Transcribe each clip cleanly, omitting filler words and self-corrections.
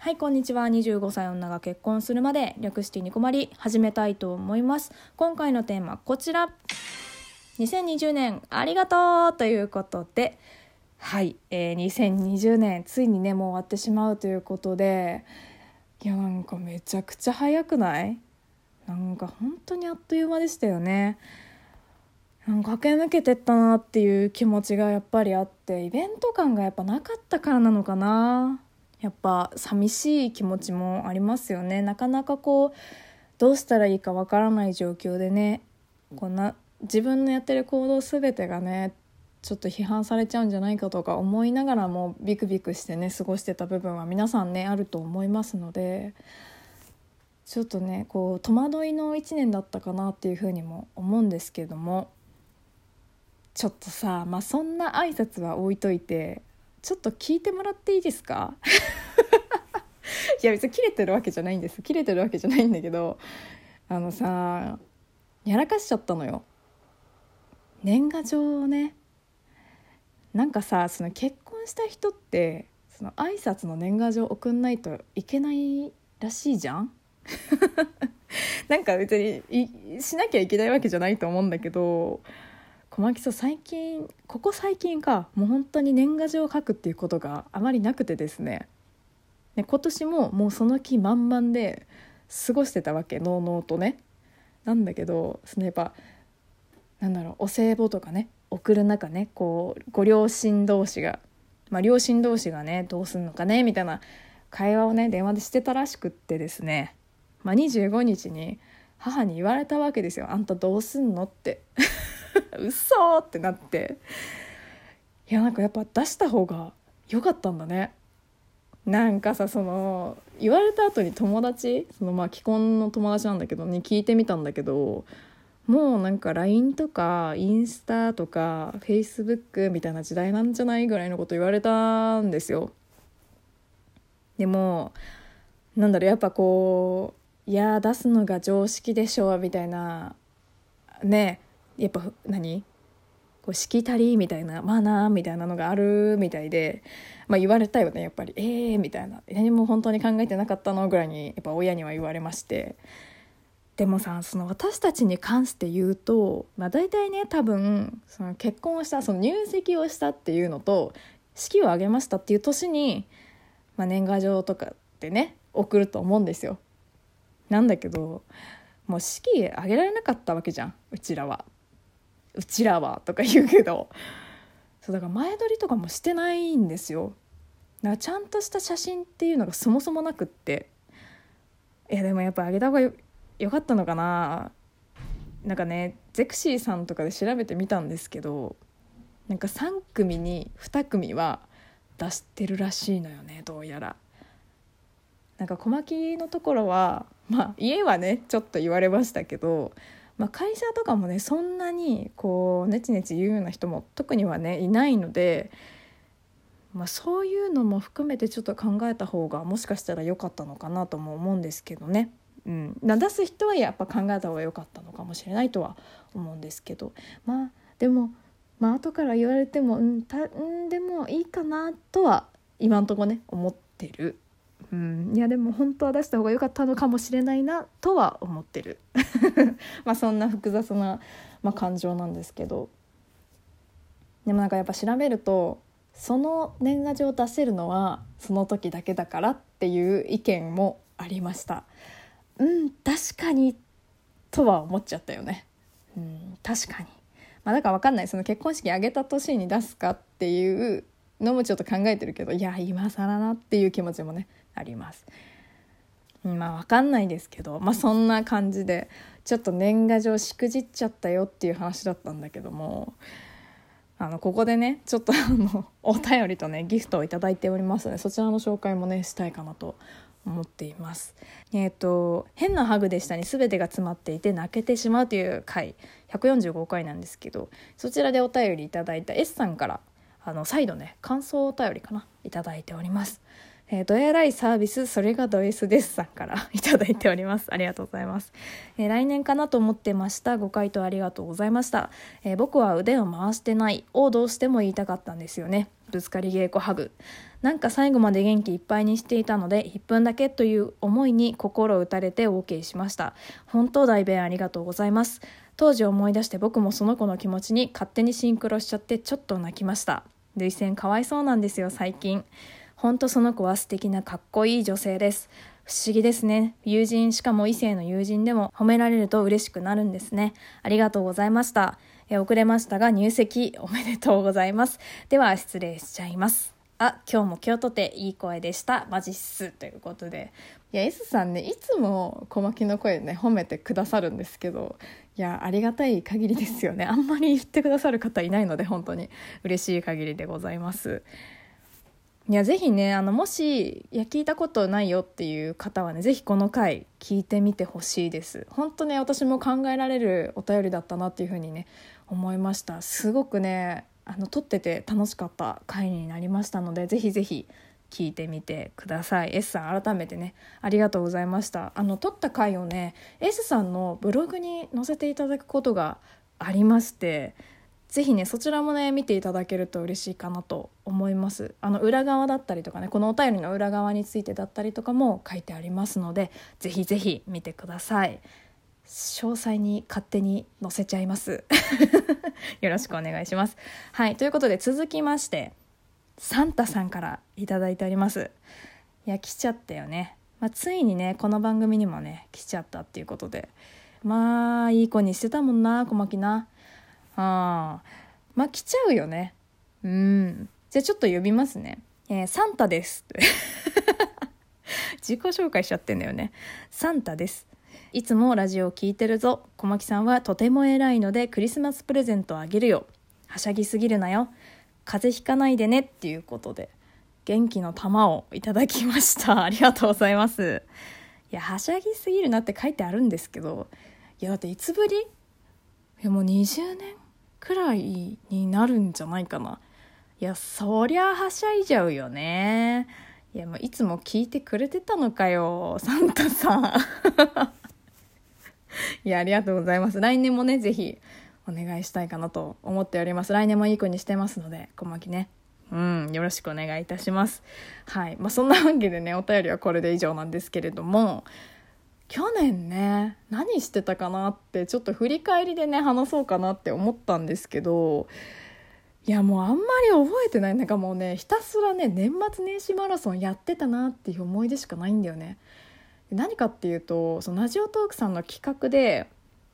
はい、こんにちは。25歳女が結婚するまで略してニコマリ始めたいと思います。今回のテーマこちら、2020年ありがとうということで、はい、2020年ついにねもう終わってしまうということで、いやなんかめちゃくちゃ早くない？なんか本当にあっという間でしたよね。なんか駆け抜けてったなっていう気持ちがやっぱりあって、イベント感がやっぱなかったからなのかな。やっぱ寂しい気持ちもありますよね。なかなかどうしたらいいかわからない状況でね、自分のやってる行動全てがねちょっと批判されちゃうんじゃないかとか思いながらもビクビクしてね過ごしてた部分は皆さんねあると思いますので、ちょっとね戸惑いの1年だったかなっていうふうにも思うんですけども、ちょっとさ、そんな挨拶は置いといてちょっと聞いてもらっていいですか？いや別に切れてるわけじゃないんだけど、やらかしちゃったのよ、年賀状をね。なんかさ、その結婚した人ってその挨拶の年賀状送んないといけないらしいじゃん。なんか別にしなきゃいけないわけじゃないと思うんだけど、小牧さんここ最近かもう本当に年賀状を書くっていうことがあまりなくてですね、今年ももうその気満々で過ごしてたわけ、のうのうとね。なんだけどやっぱお歳暮とかね送る中ね、ご両親同士が、両親同士がねどうすんのかねみたいな会話をね電話でしてたらしくってですね、25日に母に言われたわけですよ。あんたどうすんのって嘘ってなって、いやなんかやっぱ出した方が良かったんだね。なんかさ、言われた後に友達、既婚の友達なんだけどに聞いてみたんだけど、もうなんか LINE とかインスタとか Facebook みたいな時代なんじゃないぐらいのこと言われたんですよ。でもやっぱいや出すのが常識でしょみたいなね、やっぱしきたりみたいなマナーみたいなのがあるみたいで、言われたよねやっぱり。みたいな、何も本当に考えてなかったのぐらいにやっぱ親には言われまして。でもさ、私たちに関して言うと、大体ね多分結婚をした、入籍をしたっていうのと式を挙げましたっていう年に、年賀状とかってね送ると思うんですよ。なんだけどもう式挙げられなかったわけじゃん、うちらはとか言うけど、そうだから前撮りとかもしてないんですよ。だからちゃんとした写真っていうのがそもそもなくって、いやでもやっぱあげた方がよかったのかな。なんかねゼクシーさんとかで調べてみたんですけど、なんか3組に2組は出してるらしいのよね、どうやら。なんか小牧のところは家はねちょっと言われましたけど、会社とかもねそんなにネチネチ言うような人も特にはねいないので、そういうのも含めてちょっと考えた方がもしかしたら良かったのかなとも思うんですけどね。出す人はやっぱ考えた方が良かったのかもしれないとは思うんですけど、でも後から言われてもでもいいかなとは今んとこね思ってる。いやでも本当は出した方が良かったのかもしれないなとは思ってる。そんな複雑な、感情なんですけど、でもやっぱ調べるとその年賀状を出せるのはその時だけだからっていう意見もありました。確かにとは思っちゃったよね。確かに、だから分かんない、結婚式挙げた年に出すかっていうのもちょっと考えてるけど、いや今更なっていう気持ちもねあります。分かんないですけど、そんな感じでちょっと年賀状しくじっちゃったよっていう話だったんだけども、ここでねちょっとお便りとねギフトをいただいておりますので、そちらの紹介もねしたいかなと思っています。変なハグでしたに全てが詰まっていて泣けてしまうという回、145回なんですけど、そちらでお便りいただいた S さんから再度ね感想お便りかないただいております。 どえらいサービス、それがド S ですさんからいただいております。ありがとうございます。来年かなと思ってました。ご回答ありがとうございました。僕は腕を回してないをどうしても言いたかったんですよね。ぶつかり稽古ハグ。なんか最後まで元気いっぱいにしていたので1分だけという思いに心打たれて OK しました。本当代弁ありがとうございます。当時思い出して僕もその子の気持ちに勝手にシンクロしちゃってちょっと泣きました。涙腺かわいそうなんですよ最近。本当その子は素敵なかっこいい女性です。不思議ですね。友人、しかも異性の友人でも褒められると嬉しくなるんですね。ありがとうございました。遅れましたが入籍おめでとうございます。では失礼しちゃいます。今日も今日とていい声でした。マジっす。ということで。いや、S さんね、いつも小牧の声ね、褒めてくださるんですけど、いや、ありがたい限りですよね。あんまり言ってくださる方いないので、本当に嬉しい限りでございます。いやぜひねもし聞いたことないよっていう方はねぜひこの回聞いてみてほしいです。本当ね私も考えられるお便りだったなっていう風にね思いました。すごくね撮ってて楽しかった回になりましたのでぜひぜひ聞いてみてください。 S さん改めてねありがとうございました。撮った回をね S さんのブログに載せていただくことがありましてぜひねそちらもね見ていただけると嬉しいかなと思います。裏側だったりとかねこのお便りの裏側についてだったりとかも書いてありますのでぜひぜひ見てください。詳細に勝手に載せちゃいますよろしくお願いします。はいということで続きましてサンタさんからいただいております。いや来ちゃったよね、ついにねこの番組にもね来ちゃったっていうことでいい子にしてたもんな小牧な。来ちゃうよね。じゃあちょっと呼びますね。サンタです自己紹介しちゃってんだよね。サンタです。いつもラジオを聞いてるぞ。小牧さんはとても偉いのでクリスマスプレゼントあげるよ。はしゃぎすぎるなよ。風邪ひかないでねっていうことで元気の玉をいただきました。ありがとうございます。いやはしゃぎすぎるなって書いてあるんですけどだっていつぶりもう20年くらいになるんじゃないかな。いやそりゃはしゃいじゃうよね。もういつも聞いてくれてたのかよサンタさんいやありがとうございます。来年もねぜひお願いしたいかなと思っております。来年もいい子にしてますので小牧ねよろしくお願いいたします。はい、そんなわけでねお便りはこれで以上なんですけれども去年ね何してたかなってちょっと振り返りでね話そうかなって思ったんですけどもうあんまり覚えてない。もうねひたすらね年末年始マラソンやってたなっていう思い出しかないんだよね。何かっていうとそのラジオトークさんの企画で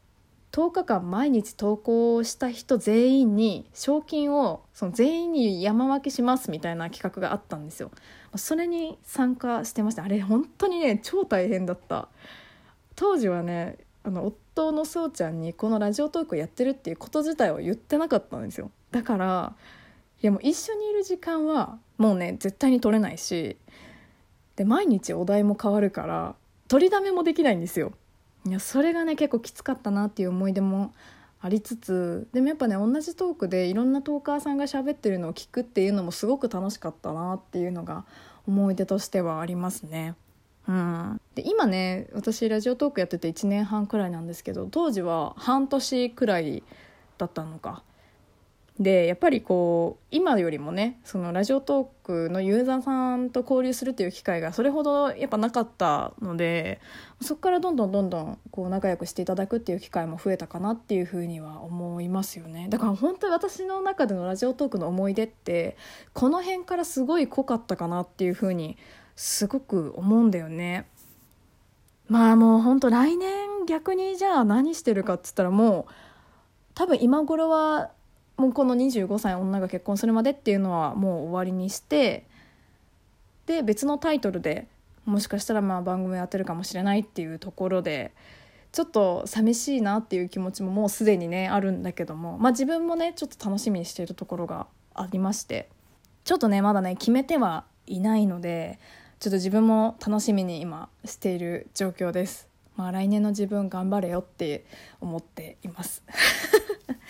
10日間毎日投稿した人全員に賞金をその全員に山分けしますみたいな企画があったんですよ。それに参加してました。あれ本当にね超大変だった。当時はね夫のそうちゃんにこのラジオトークをやってるっていうこと自体を言ってなかったんですよ。だからもう一緒にいる時間はもうね絶対に取れないしで毎日お題も変わるから取りだめもできないんですよ。それがね結構きつかったなっていう思い出もありつつでもやっぱね同じトークでいろんなトーカーさんが喋ってるのを聞くっていうのもすごく楽しかったなっていうのが思い出としてはありますね。で今ね私ラジオトークやってて1年半くらいなんですけど当時は半年くらいだったのかでやっぱり今よりもねそのラジオトークのユーザーさんと交流するっていう機会がそれほどやっぱなかったのでそこからどんどん仲良くしていただくっていう機会も増えたかなっていうふうには思いますよね。だから本当に私の中でのラジオトークの思い出ってこの辺からすごい濃かったかなっていうふうにすごく思うんだよね。もう本当来年逆にじゃあ何してるかっつったらもう多分今頃はもうこの25歳女が結婚するまでっていうのはもう終わりにしてで別のタイトルでもしかしたら番組をやってるかもしれないっていうところでちょっと寂しいなっていう気持ちももうすでにねあるんだけども自分もねちょっと楽しみにしているところがありましてちょっとねまだね決めてはいないのでちょっと自分も楽しみに今している状況です。来年の自分頑張れよって思っています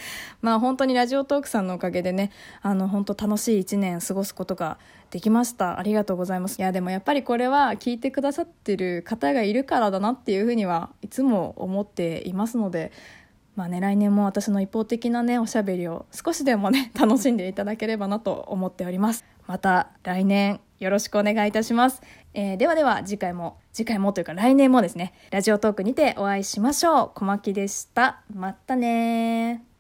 まあ本当にラジオトークさんのおかげでね、本当楽しい1年過ごすことができました。ありがとうございます。いやでもやっぱりこれは聞いてくださってる方がいるからだなっていうふうにはいつも思っていますので、まあね、来年も私の一方的なねおしゃべりを少しでもね楽しんでいただければなと思っております。また来年よろしくお願いいたします。ではでは次回もというか来年もですね、ラジオトークにてお会いしましょう。小牧でした。またね。